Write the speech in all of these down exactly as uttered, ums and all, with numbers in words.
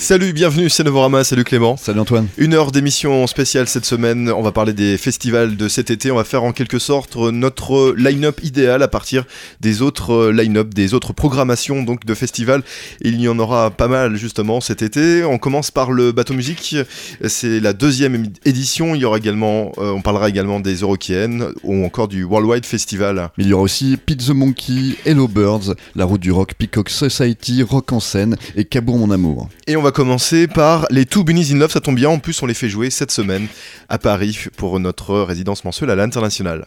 Salut, bienvenue, c'est Novorama, salut Clément. Salut Antoine. Une heure d'émission spéciale cette semaine, on va parler des festivals de cet été, on va faire en quelque sorte notre line-up idéal à partir des autres line-up, des autres programmations donc de festivals. Il y en aura pas mal justement cet été. On commence par le Bateau Musique, c'est la deuxième édition, il y aura également, euh, on parlera également des Eurokéennes ou encore du Worldwide Festival. Mais il y aura aussi Pete the Monkey, Hello Birds, La Route du Rock, Peacock Society, Rock en scène et Cabourg mon amour. Et on va commencer par les Two Bunnies in Love, ça tombe bien, en plus on les fait jouer cette semaine à Paris pour notre résidence mensuelle à l'international.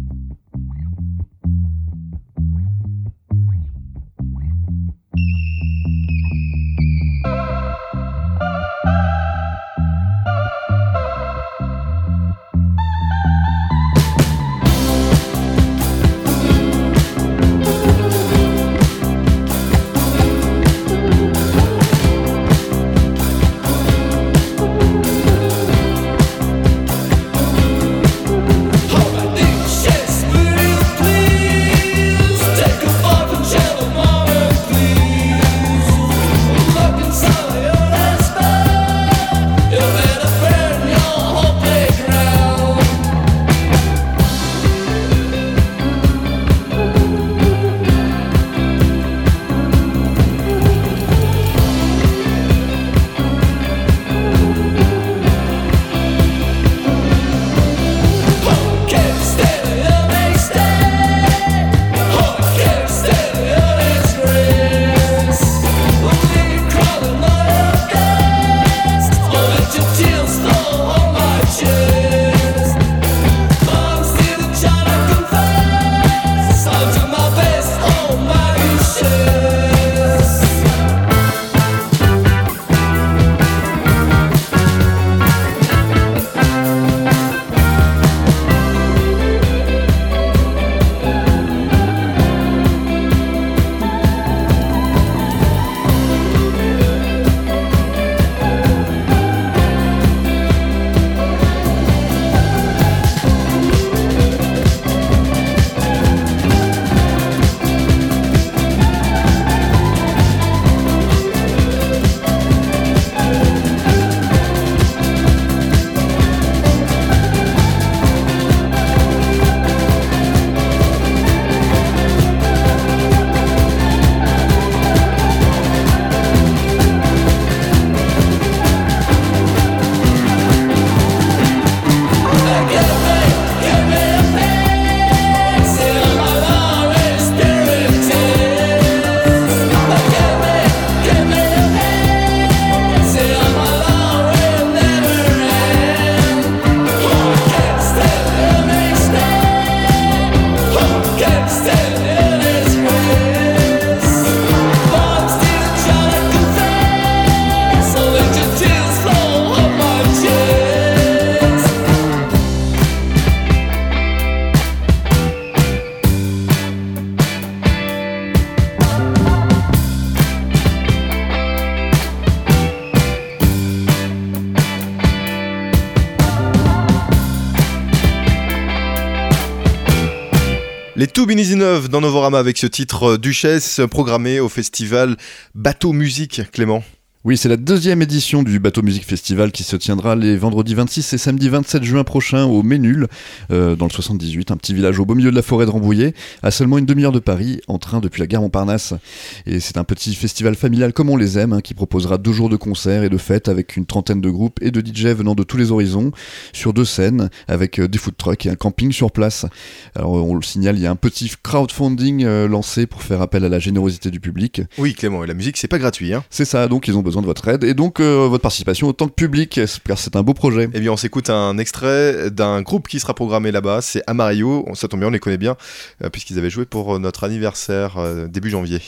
Les Two Bunnies in Love dans Novorama avec ce titre Duchesse programmé au festival Bateau Musique, Clément. Oui, c'est la deuxième édition du Bateau Musique Festival qui se tiendra les vendredis vingt-six et samedi vingt-sept juin prochain au Ménul, euh, dans le soixante-dix-huit, un petit village au beau milieu de la forêt de Rambouillet, à seulement une demi-heure de Paris, en train depuis la gare Montparnasse. Et c'est un petit festival familial comme on les aime, hein, qui proposera deux jours de concerts et de fêtes avec une trentaine de groupes et de D J venant de tous les horizons, sur deux scènes, avec euh, des food trucks et un camping sur place. Alors on le signale, il y a un petit crowdfunding euh, lancé pour faire appel à la générosité du public. Oui Clément, et la musique c'est pas gratuit. Hein. C'est ça, donc ils ont besoin de votre aide et donc euh, votre participation autant que public, car c'est un beau projet. Eh bien on s'écoute un extrait d'un groupe qui sera programmé là-bas, c'est Amarillo, ça tombe bien, on les connaît bien euh, puisqu'ils avaient joué pour notre anniversaire euh, début janvier.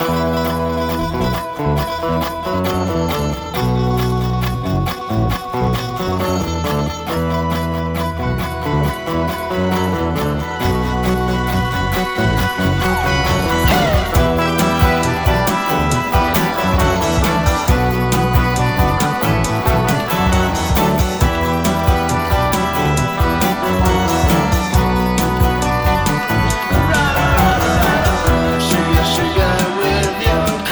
Sugar, sugar with your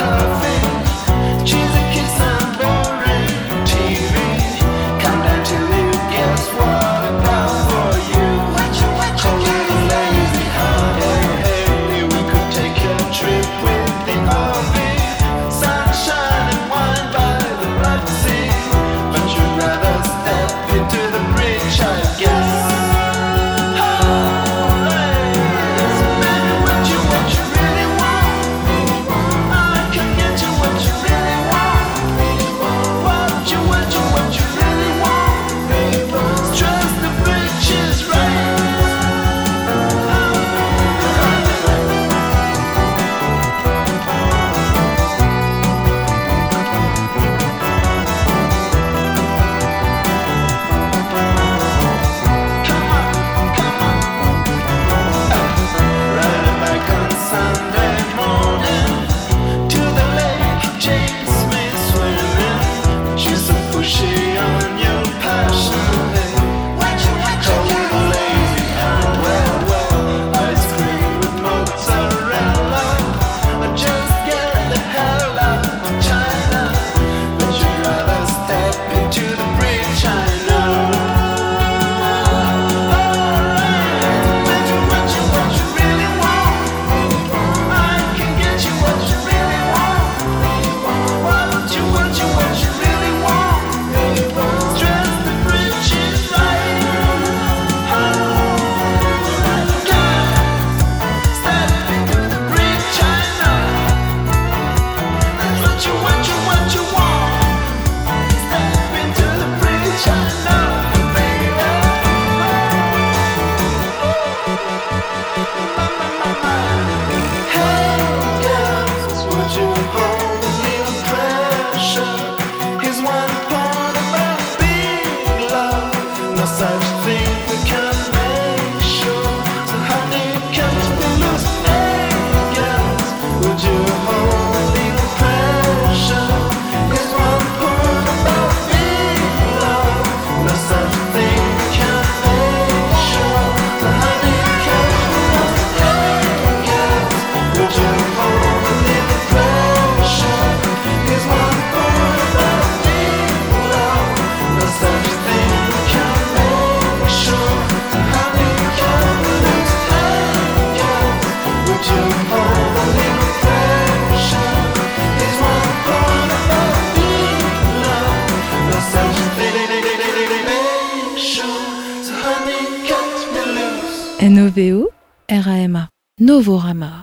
N O V O R A M A. Novorama.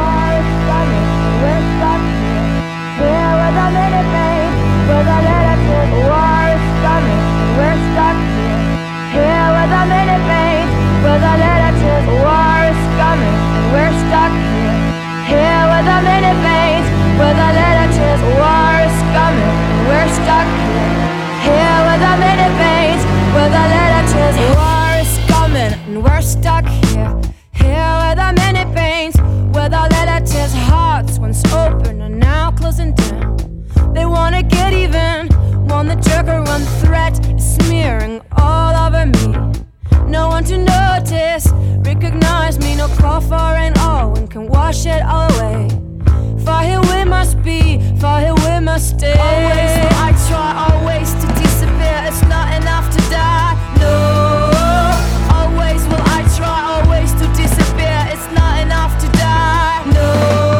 We're stuck here, here with our many pains, with our letter tears, hearts once open and now closing down. They wanna get even, want the joke or one threat is smearing all over me. No one to notice, recognize me, no call for rain, all wind can wash it all away. For here we must be, for here we must stay. Always will I try, always to disappear, it's not enough to die, no. Always will I try, always to disappear, it's not enough to die, no.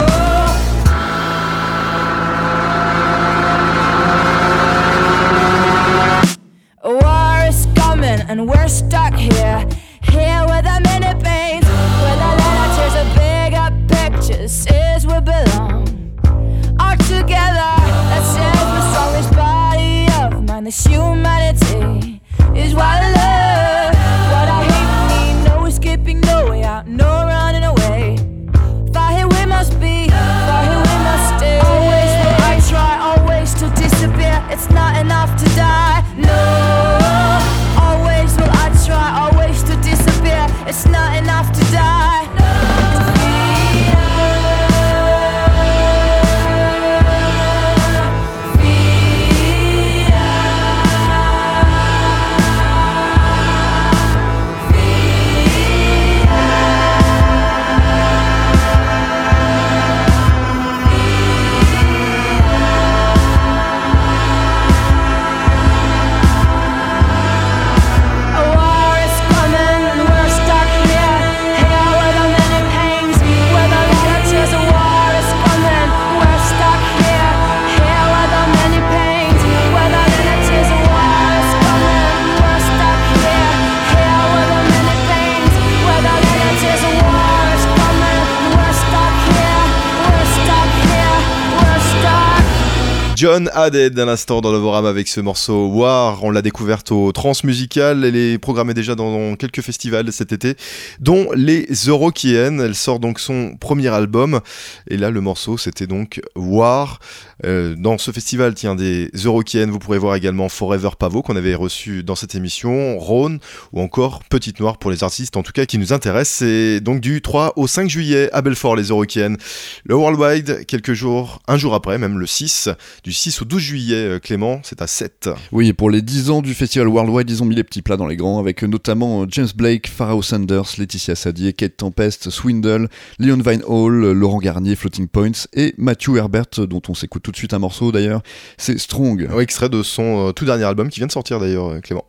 War is coming and we're stuck here, here with our many pains, with our letters of bigger pictures, is we belong. All together, that says the strongest body of mine, this humanity is what I love, what I hate, me, no escaping, no way out, no running away. For here we must be, for here we must stay. Always will I try, always to disappear, it's not enough to die, no. Always will I try, always to disappear, it's not enough to die, no. John Haddad à l'instant dans Novorama avec ce morceau War. On l'a découverte au Transmusical. Elle est programmée déjà dans quelques festivals cet été, dont les Eurokéennes. Elle sort donc son premier album. Et là, le morceau, c'était donc War. Euh, dans ce festival, tiens, des Eurokéennes, vous pourrez voir également Forever Pavot qu'on avait reçu dans cette émission, Rhône ou encore Petite Noire pour les artistes en tout cas qui nous intéressent. C'est donc du trois au cinq juillet à Belfort les Eurokéennes. Le Worldwide, quelques jours, un jour après, même le six, du six au douze juillet, Clément, c'est à sept. Oui, et pour les dix ans du festival Worldwide, ils ont mis les petits plats dans les grands, avec notamment James Blake, Pharoah Sanders, Laetitia Sadier, Kate Tempest, Swindle, Leon Vinehall, Laurent Garnier, Floating Points et Matthew Herbert, dont on s'écoute tout de suite un morceau d'ailleurs, c'est Strong. Oui, extrait de son euh, tout dernier album qui vient de sortir d'ailleurs, Clément.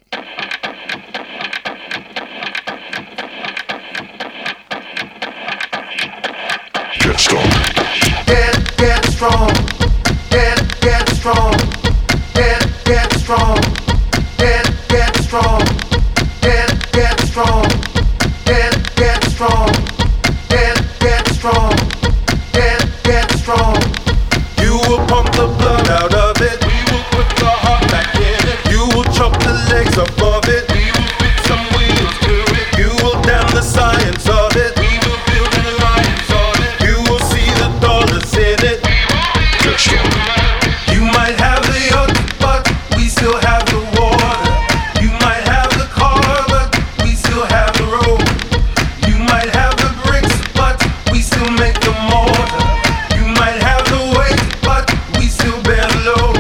Get strong. Get, get strong. Get, get strong. Get, get strong. Get, get strong. Get, get strong. Get, get strong. Get, get strong. Get, get strong. You will pump the blood out of it. We will put the heart back in it. You will chop the legs off of it. We will put some wheels to it. You will damn the science of it. We will build an alliance on it. You will see the dollars in it. Get strong. You might have the yacht, but we still have the water. You might have the car, but we still have the road. You might have the bricks, but we still make the mortar. You might have the weight, but we still bear the load.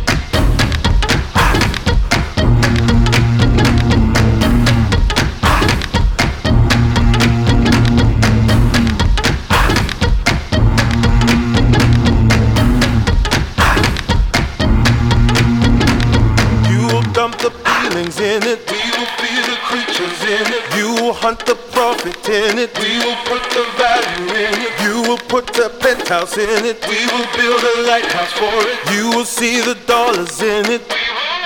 You will dump the feelings in it. We will feed the creatures in it. You will hunt the profit in it. We will put the value in it. You will put the penthouse in it. We will build a lighthouse for it. You will see the dollars in it.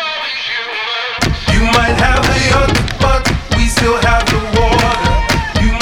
You might have the yacht, but we still have the water. You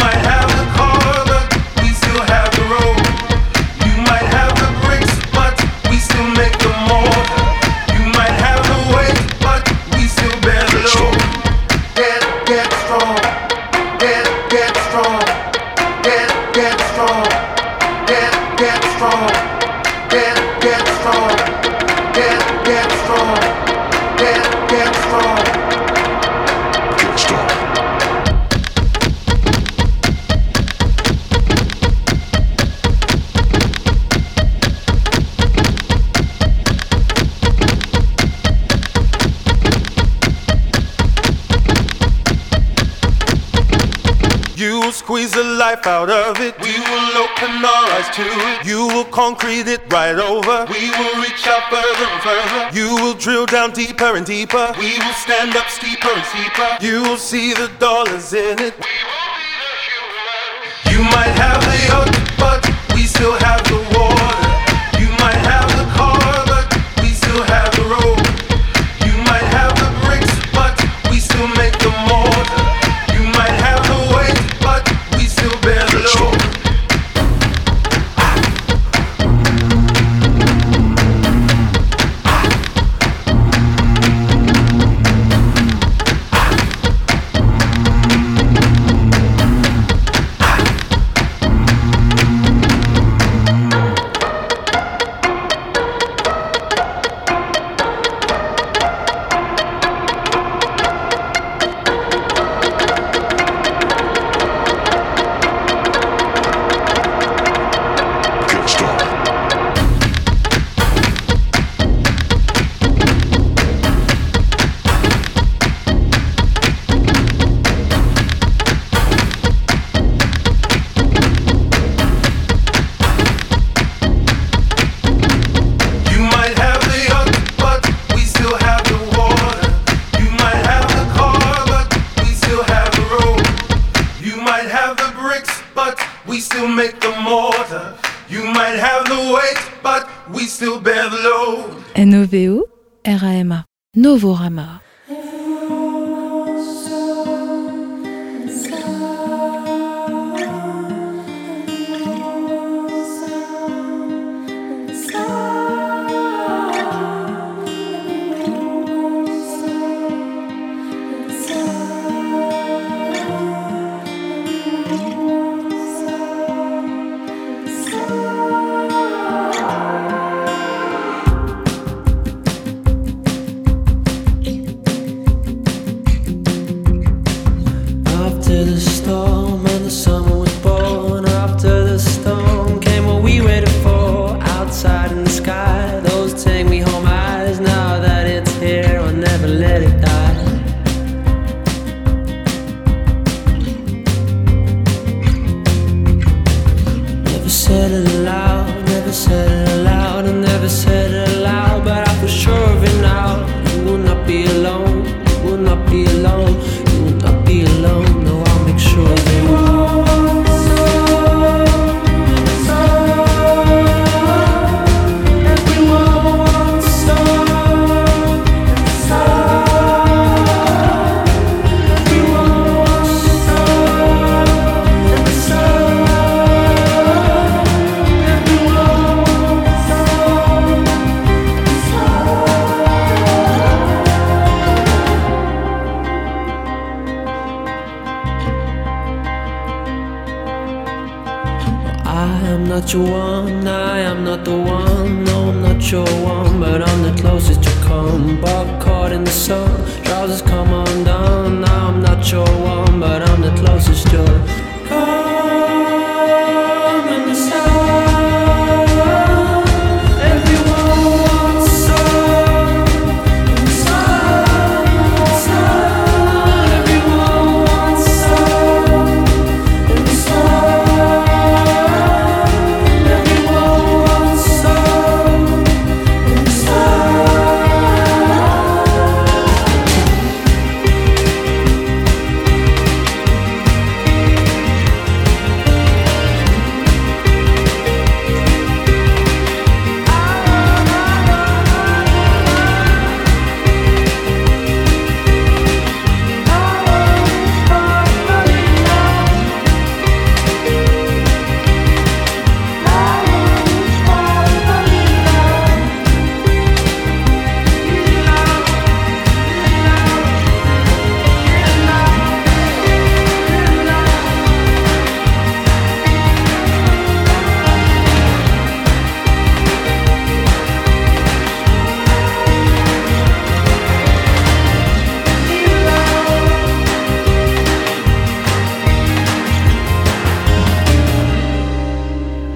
You will squeeze the life out of it. We will open our eyes to it. You will concrete it right over. We will reach out further and further. You will drill down deeper and deeper. We will stand up steeper and steeper. You will see the dollars in it. We will be the humans. You might have the yacht, but we still have the water. You might have the car, but we still have the road. You might have the bricks, but we still make the mortar. You might have the weight, but we still bear the load. N O V O R A M A Novorama. not your one, I am not the one. No, I'm not your one, but I'm the closest you come. Bob caught in the sun, trousers come undone. Now I'm not your one, but I'm the closest you'll come in the sun. Everyone wants some in the sun, sun. Everyone wants some in the sun. Everyone wants some in the sun.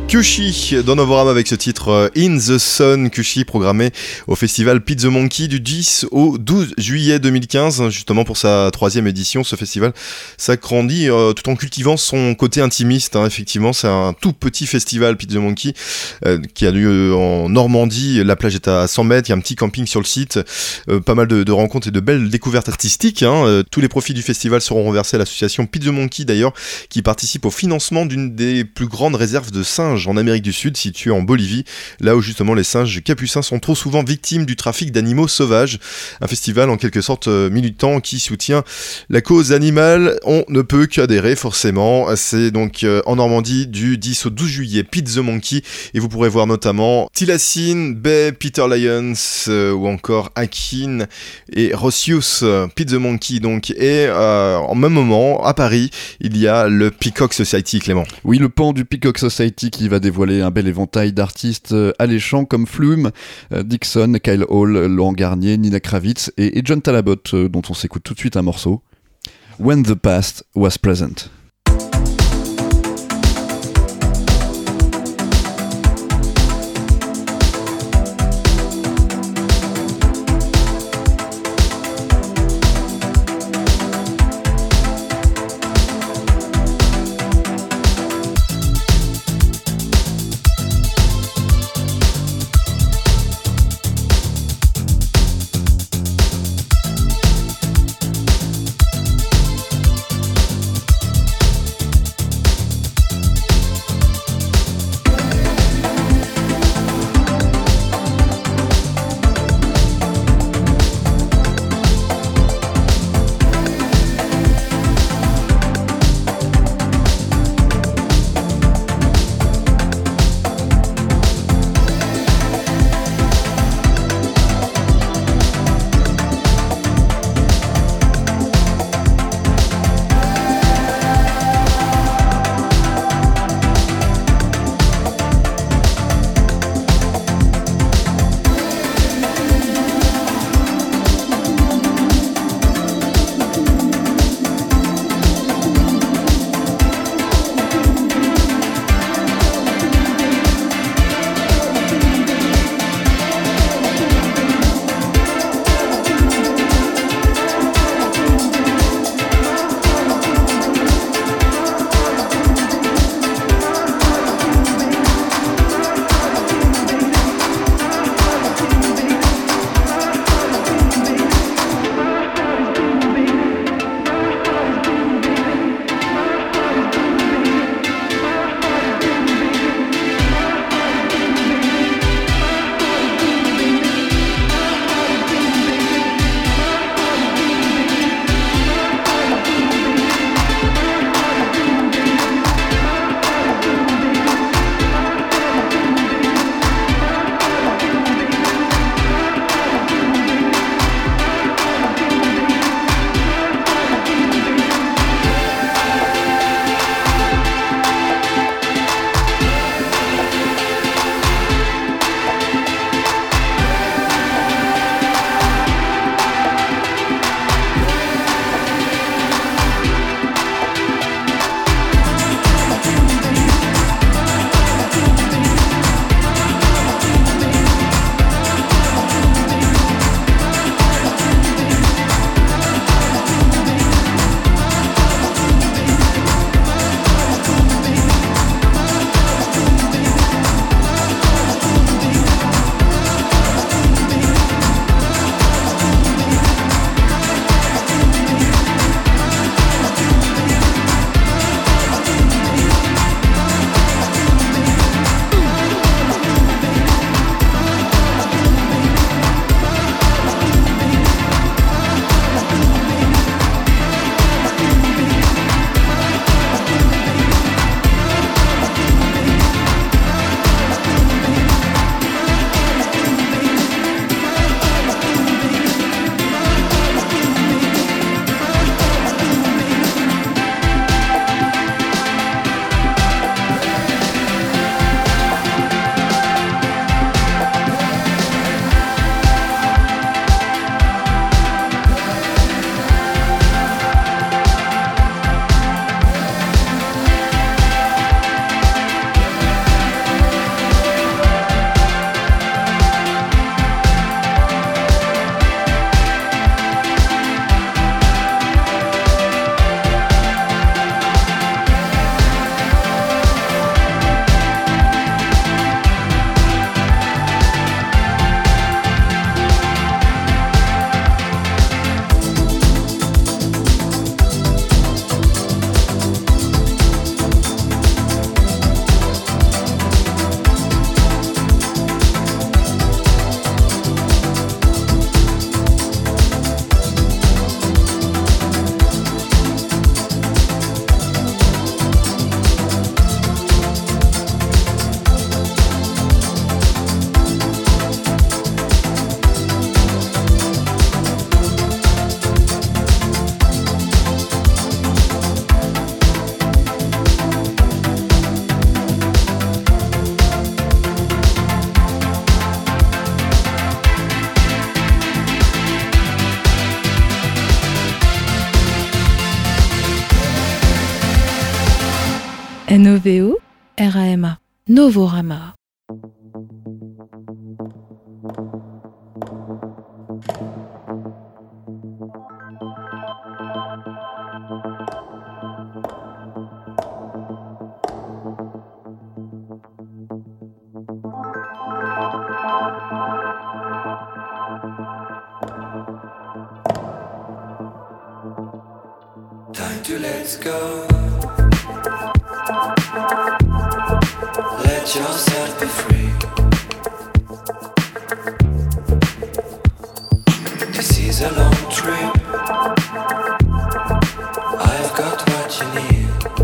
Kyushi dans Novorama avec ce titre In the Sun. Kyushi programmé au festival Pete the Monkey du dix au douze juillet deux mille quinze, justement pour sa troisième édition. Ce festival s'agrandit euh, tout en cultivant son côté intimiste, hein. Effectivement, c'est un tout petit festival Pete the Monkey euh, qui a lieu en Normandie. La plage est à cent mètres, il y a un petit camping sur le site, euh, pas mal de, de rencontres et de belles découvertes artistiques, hein. Euh, tous les profits du festival seront reversés à l'association Pete the Monkey d'ailleurs, qui participe au financement d'une des plus grandes réserves de singes en Amérique du Sud, située en Bolivie, là où justement les singes capucins sont trop souvent victimes du trafic d'animaux sauvages. Un festival en quelque sorte militant qui soutient la cause animale. On ne peut qu'adhérer forcément. C'est donc en Normandie du dix au douze juillet, Pete the Monkey, et vous pourrez voir notamment Tilassine, Bay, Peter Lyons euh, ou encore Akin et Rossius. Pete the Monkey donc. Et euh, en même moment à Paris il y a le Peacock Society, Clément. Oui, le pan du Peacock Society qui va dévoiler un bel éventail d'artistes alléchants comme Flume, Dixon, Kyle Hall, Laurent Garnier, Nina Kravitz et, et John Talabot, dont on s'écoute tout de suite un morceau. When the Past Was Present. N O V O R A M A. Novorama. Time to let's go. Let yourself be free. This is a long trip. I've got what you need.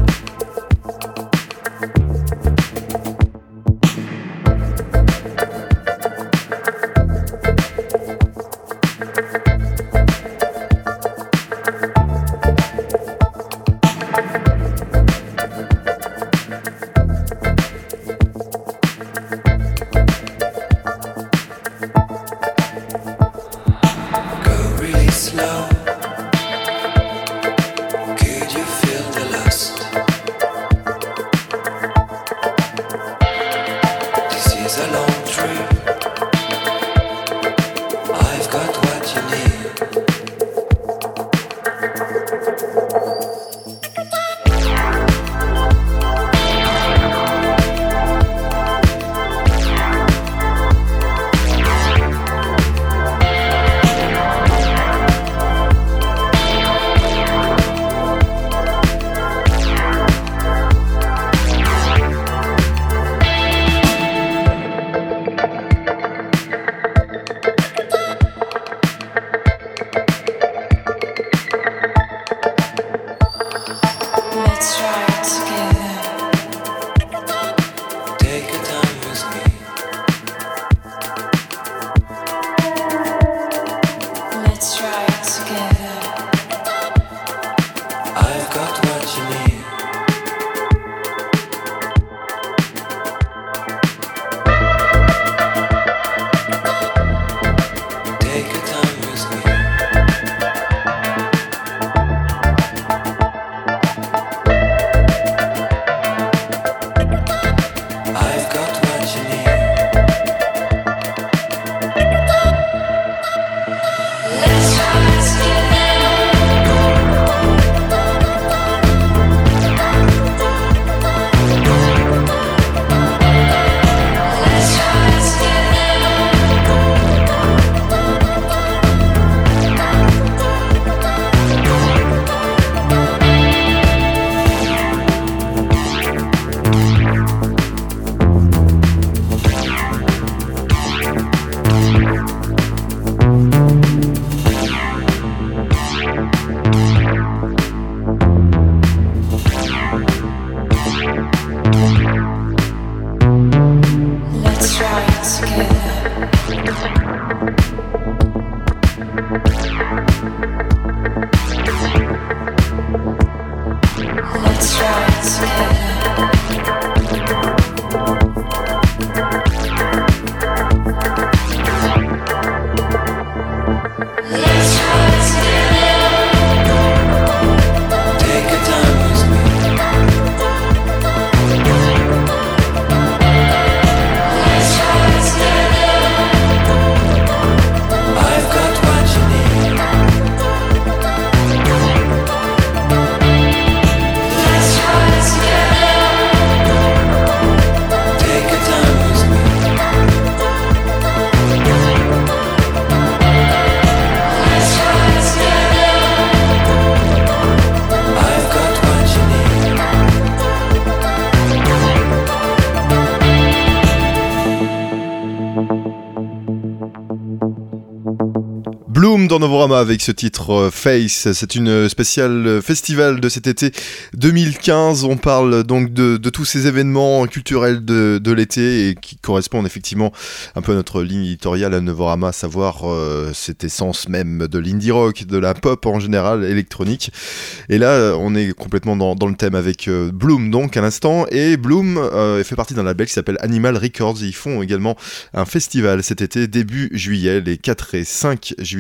Bloom dans Novorama avec ce titre euh, Face. C'est une spéciale festival de cet été deux mille quinze. On parle donc de, de tous ces événements culturels de, de l'été et qui correspondent effectivement un peu à notre ligne éditoriale à Novorama, à savoir euh, cette essence même de l'indie rock, de la pop en général, électronique. Et là, on est complètement dans, dans le thème avec euh, Bloom donc à l'instant. Et Bloom euh, fait partie d'un label qui s'appelle Animal Records. Ils font également un festival cet été, début juillet, les quatre et cinq juillet, enfin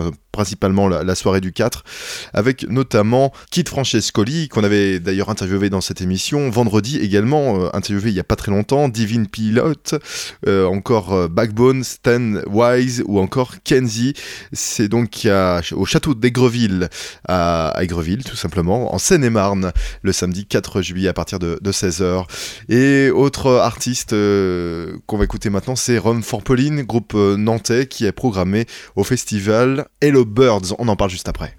euh, principalement la, la soirée du quatre, avec notamment Kid Francescoli, qu'on avait d'ailleurs interviewé dans cette émission, vendredi également, euh, interviewé il n'y a pas très longtemps, Divine Pilot, euh, encore euh, Backbone, Stan Wise ou encore Kenzie. C'est donc à, au château d'Aigreville, à, à Aigreville tout simplement, en Seine-et-Marne, le samedi quatre juillet à partir de, de seize heures. Et autre artiste euh, qu'on va écouter maintenant, c'est Rome for Pauline, groupe euh, nantais qui est programmé au festival Hello Birds. On en parle juste après.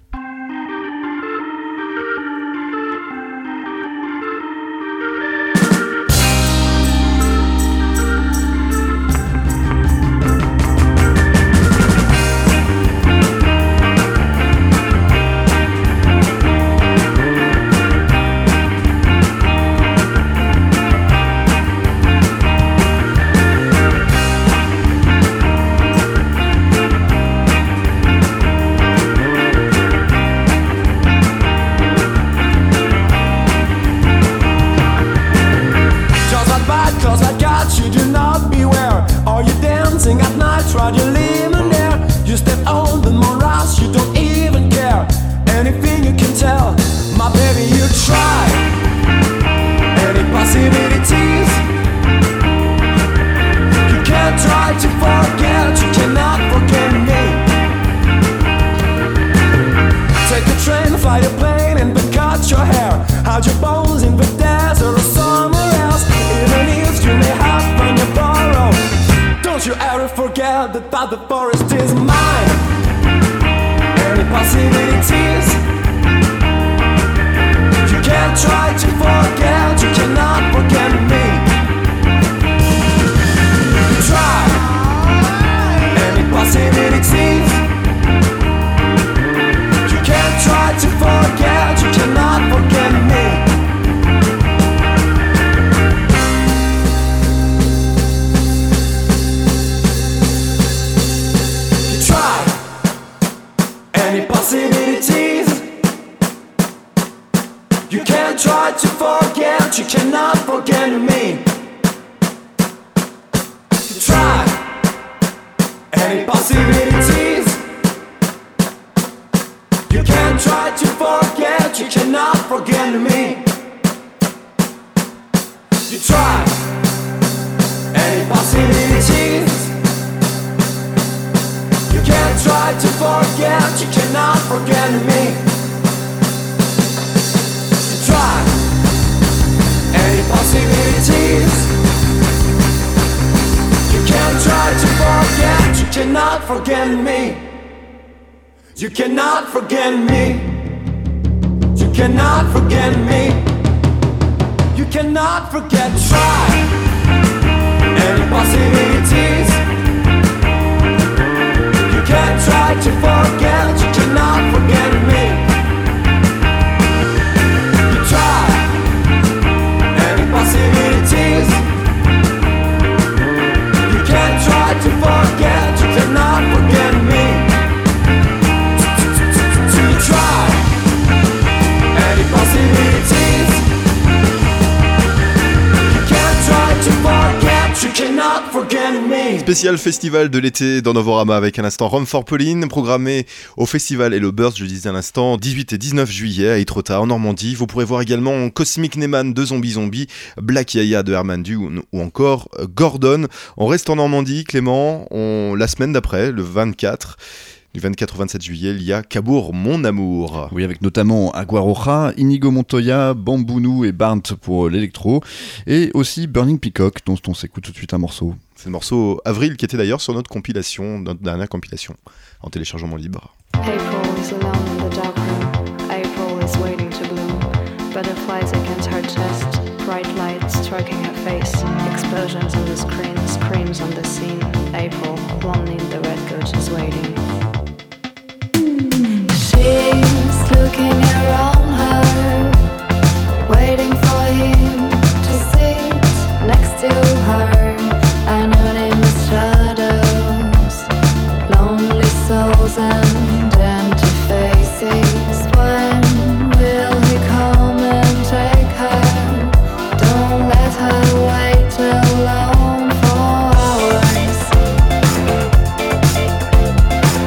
You cannot forget me. You cannot forget me. You cannot forget. Try any possibilities. You can't try to forget. You cannot forget me. You try any possibilities. You can't try to forget. You cannot forget me. Try any possibilities. You can't try to forget. You cannot forget me. Spécial festival de l'été dans Novorama avec un instant Rome for Pauline, programmé au festival Hello Birds, je le disais à l'instant, dix-huit et dix-neuf juillet à Étretat en Normandie. Vous pourrez voir également Cosmic Neyman de Zombie Zombie, Black Yaya de Herman Du ou, ou encore Gordon. On reste en Normandie, Clément, on, la semaine d'après, le vingt-quatre. Du vingt-quatre au vingt-sept juillet, il y a Cabourg, mon amour. Oui, avec notamment Aguaroja, Inigo Montoya, Bambounou et Barnt pour l'électro, et aussi Burning Peacock, dont on s'écoute tout de suite un morceau. C'est le morceau Avril qui était d'ailleurs sur notre compilation, notre dernière compilation, en téléchargement libre. April is alone in the dark room. April is waiting to bloom. Butterflies against her chest. Bright lights striking her face. Explosions on the screen. Screams on the scene. April, lonely in the red coach, is waiting. She's looking around her, waiting for him to sit next to her. Anonymous shadows, lonely souls and empty faces. When will he come and take her? Don't let her wait alone for hours.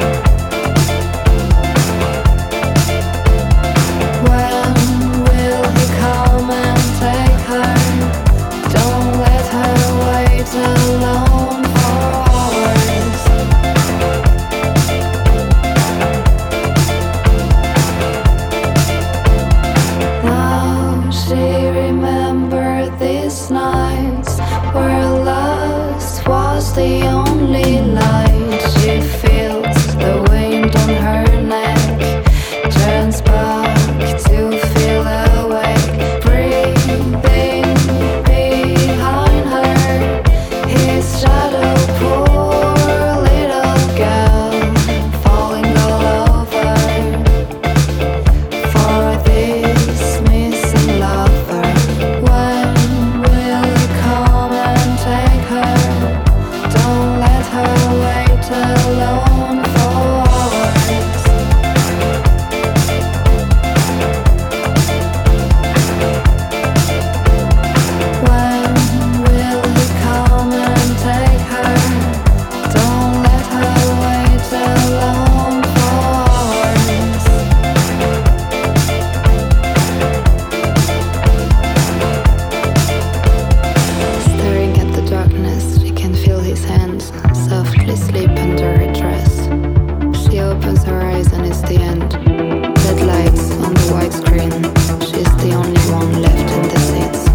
was the only light. She feels the wind on her neck, turns back to feel awake, breathing behind her, his shadow, poor little girl, falling all over for this missing lover. When will you come and take her? Don't let her wait alone for hours. When will you come and take her? Don't let her wait alone for hours. Staring at the darkness, she can feel his hands softly slip under her dress. She opens her eyes and it's the end. Dead lights on the white screen. She's the only one left in the seats.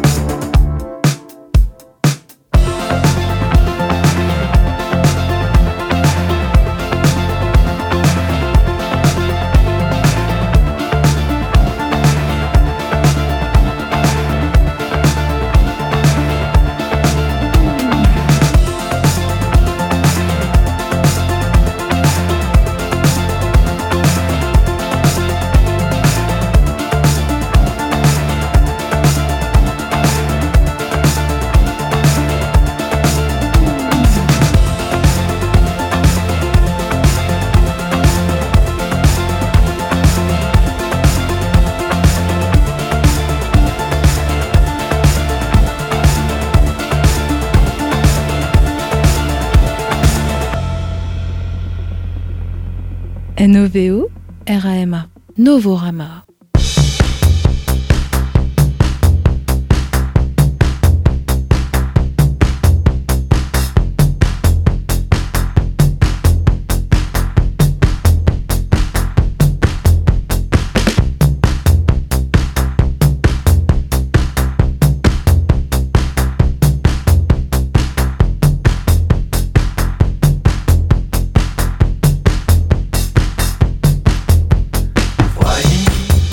N O V O R A M A Novorama. Voyez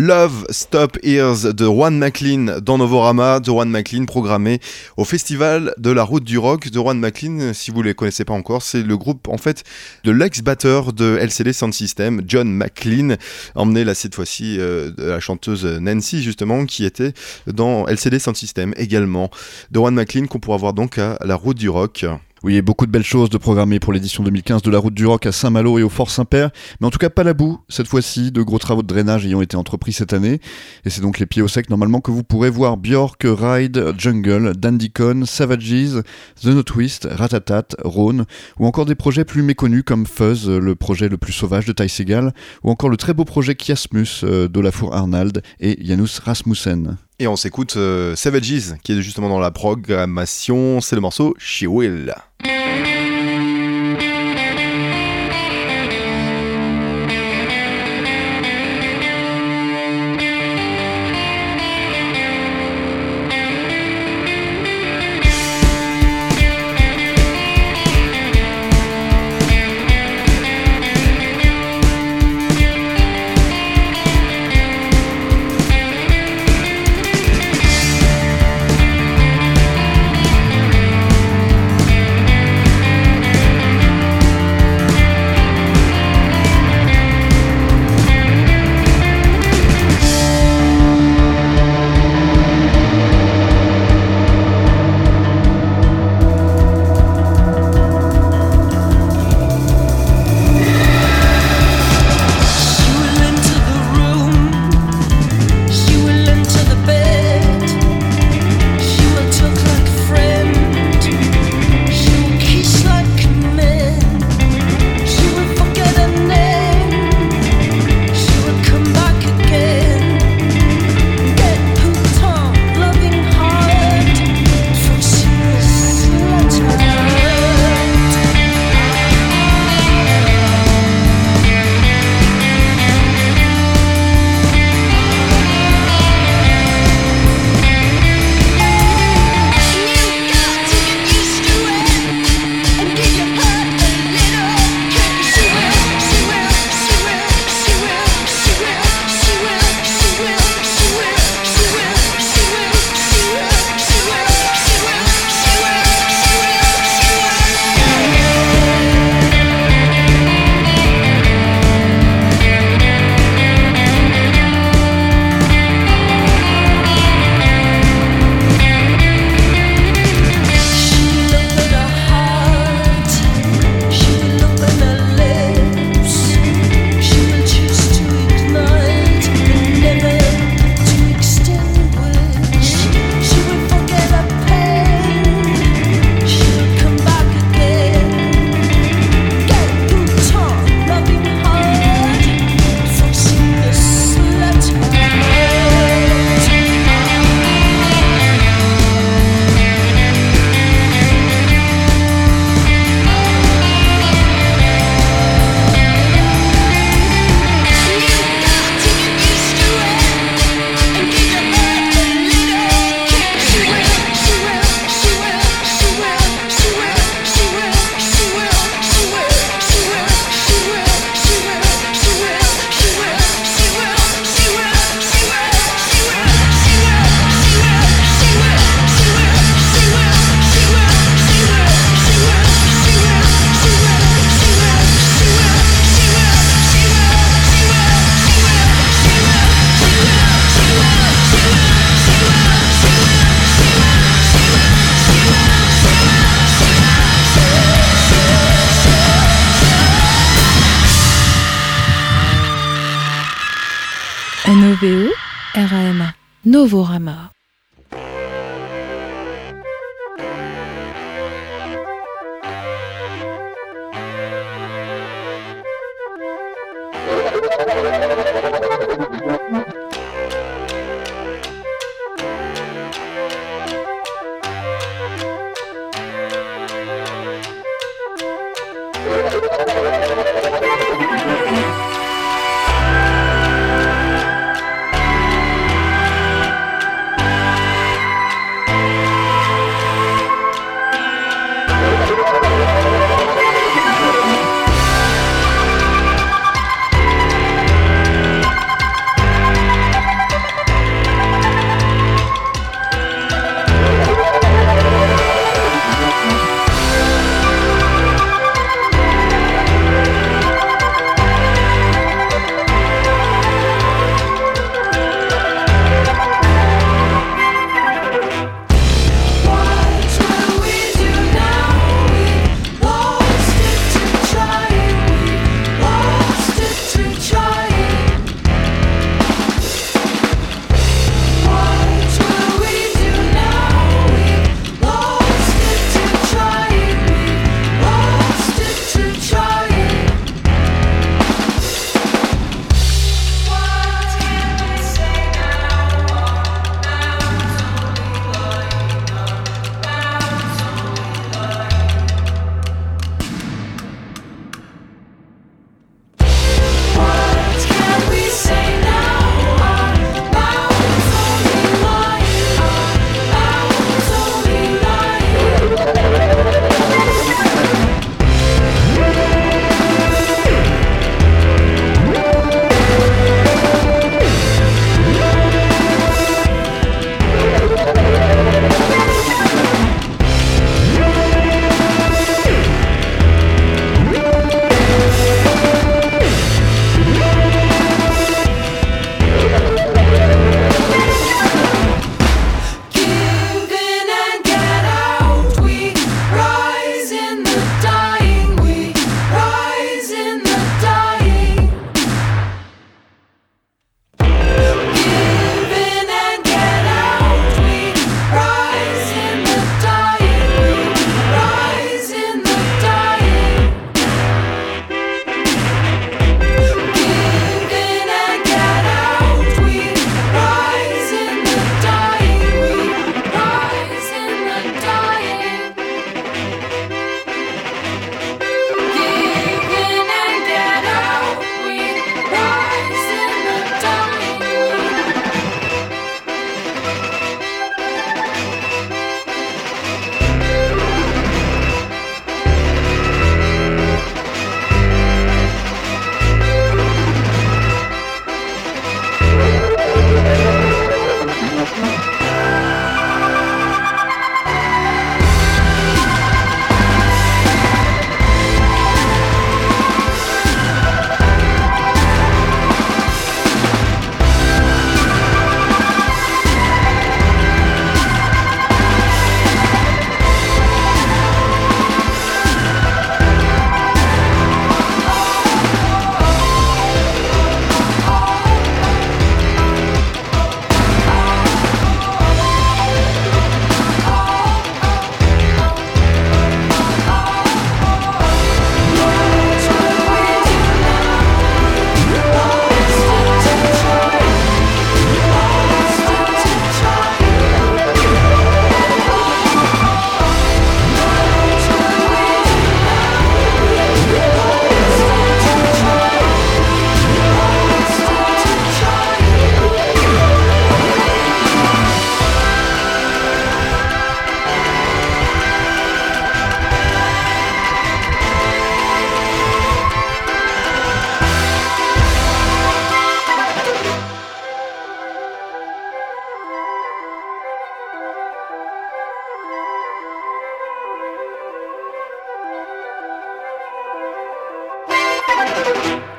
Love Stop Ears de Juan MacLean dans Novorama, de Juan MacLean programmé au Festival de la Route du Rock. De Juan MacLean, si vous ne les connaissez pas encore, c'est le groupe en fait de l'ex-batteur de L C D Sound System, John MacLean, emmené là cette fois-ci euh, de la chanteuse Nancy justement, qui était dans L C D Sound System également. De Juan MacLean qu'on pourra voir donc à la Route du Rock. Oui, et beaucoup de belles choses de programmer pour l'édition deux mille quinze de la Route du Rock à Saint-Malo et au Fort Saint-Père, mais en tout cas pas la boue, cette fois-ci, de gros travaux de drainage ayant été entrepris cette année, et c'est donc les pieds au sec normalement que vous pourrez voir Björk, Ride, Jungle, Dandycon, Savages, The No Twist, Ratatat, Rhône, ou encore des projets plus méconnus comme Fuzz, le projet le plus sauvage de Ty Segall, ou encore le très beau projet Kiasmus d'Olafur Arnald et Janus Rasmussen. Et on s'écoute euh, Savages, qui est justement dans la programmation, c'est le morceau She Will. N O V O R A M A Novorama.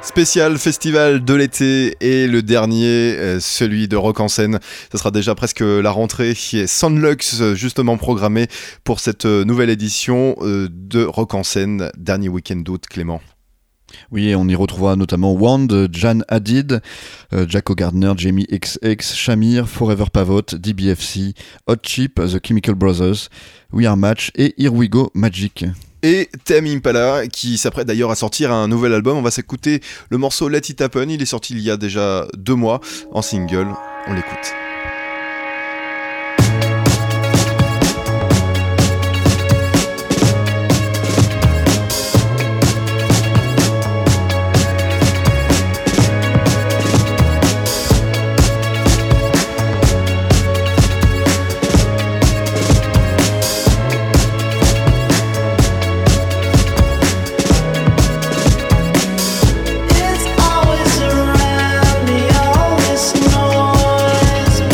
Spécial festival de l'été et le dernier, euh, celui de Rock en scène. Ce sera déjà presque la rentrée. Soundlux justement programmé pour cette nouvelle édition euh, de Rock en scène, dernier week-end d'août, Clément. Oui, et on y retrouvera notamment Wand, Jan Hadid, euh, Jacko Gardner, Jamie X X, Shamir, Forever Pavot, D B F C, Hot Chip, The Chemical Brothers, We Are Match et Here We Go Magic. Et Tame Impala qui s'apprête d'ailleurs à sortir un nouvel album. On va s'écouter le morceau Let It Happen. Il est sorti il y a déjà deux mois en single. On l'écoute. It's always around me, all this noise.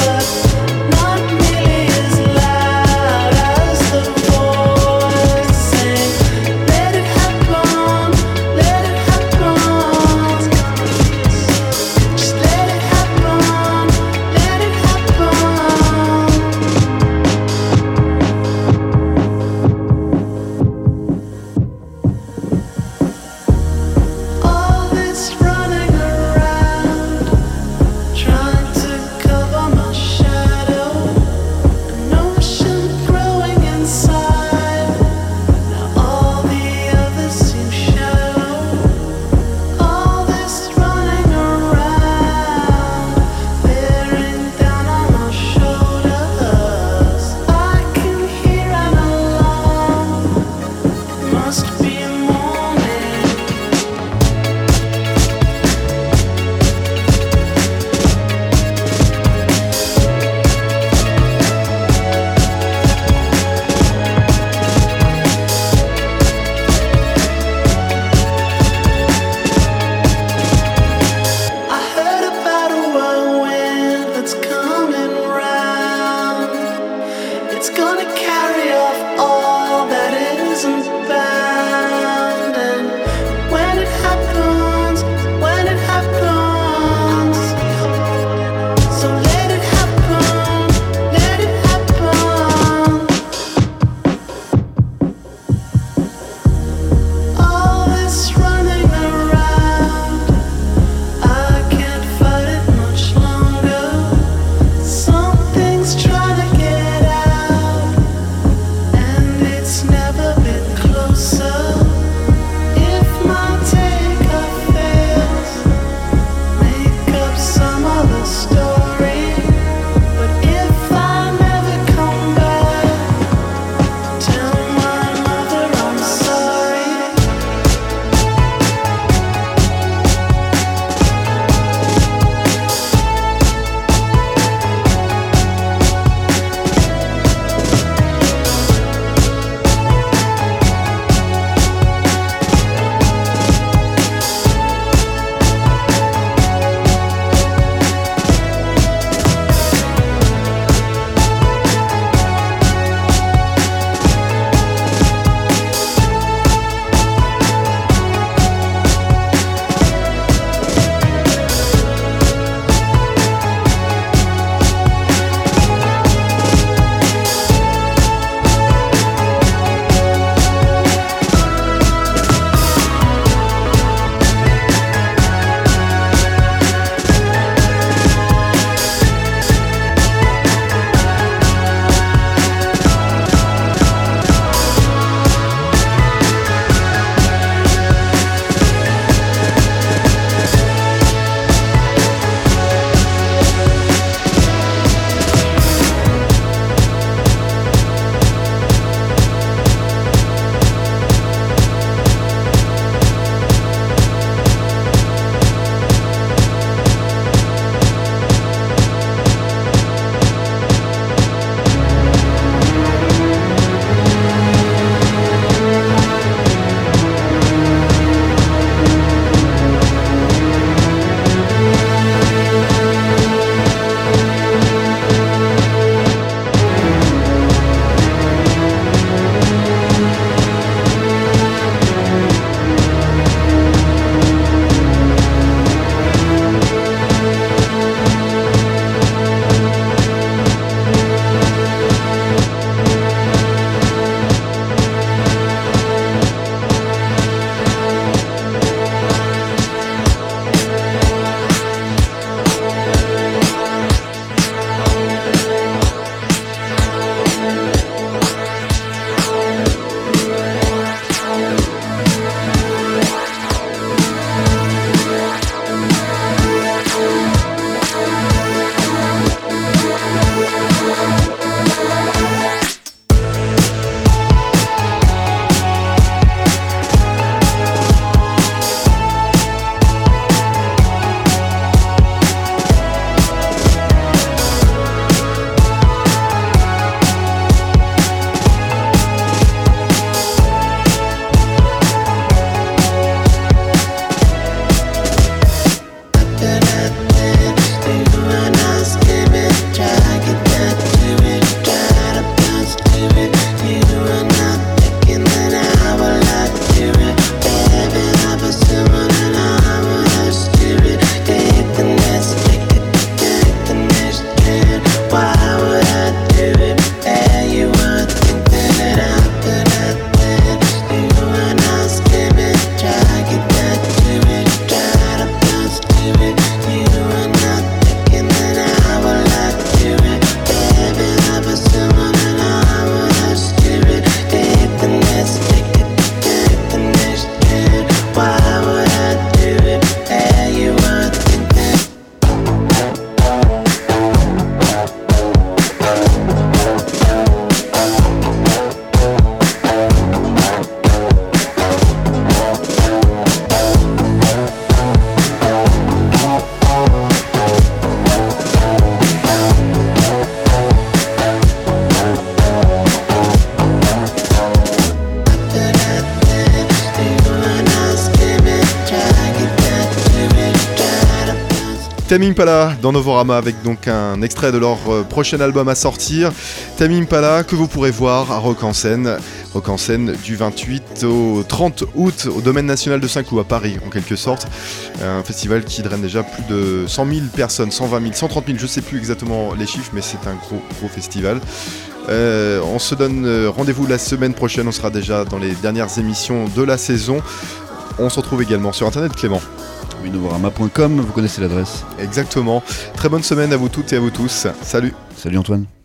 Tame Impala dans Novorama avec donc un extrait de leur euh, prochain album à sortir. Tame Impala que vous pourrez voir à Rock en Seine. Rock en Seine du vingt-huit au trente août au Domaine National de Saint-Cloud à Paris en quelque sorte. Un festival qui draine déjà plus de cent mille personnes, cent vingt mille, cent trente mille, je sais plus exactement les chiffres, mais c'est un gros gros festival. Euh, on se donne rendez-vous la semaine prochaine, on sera déjà dans les dernières émissions de la saison. On se retrouve également sur internet, Clément. Oui, novorama point com, vous connaissez l'adresse. Exactement. Très bonne semaine à vous toutes et à vous tous. Salut. Salut Antoine.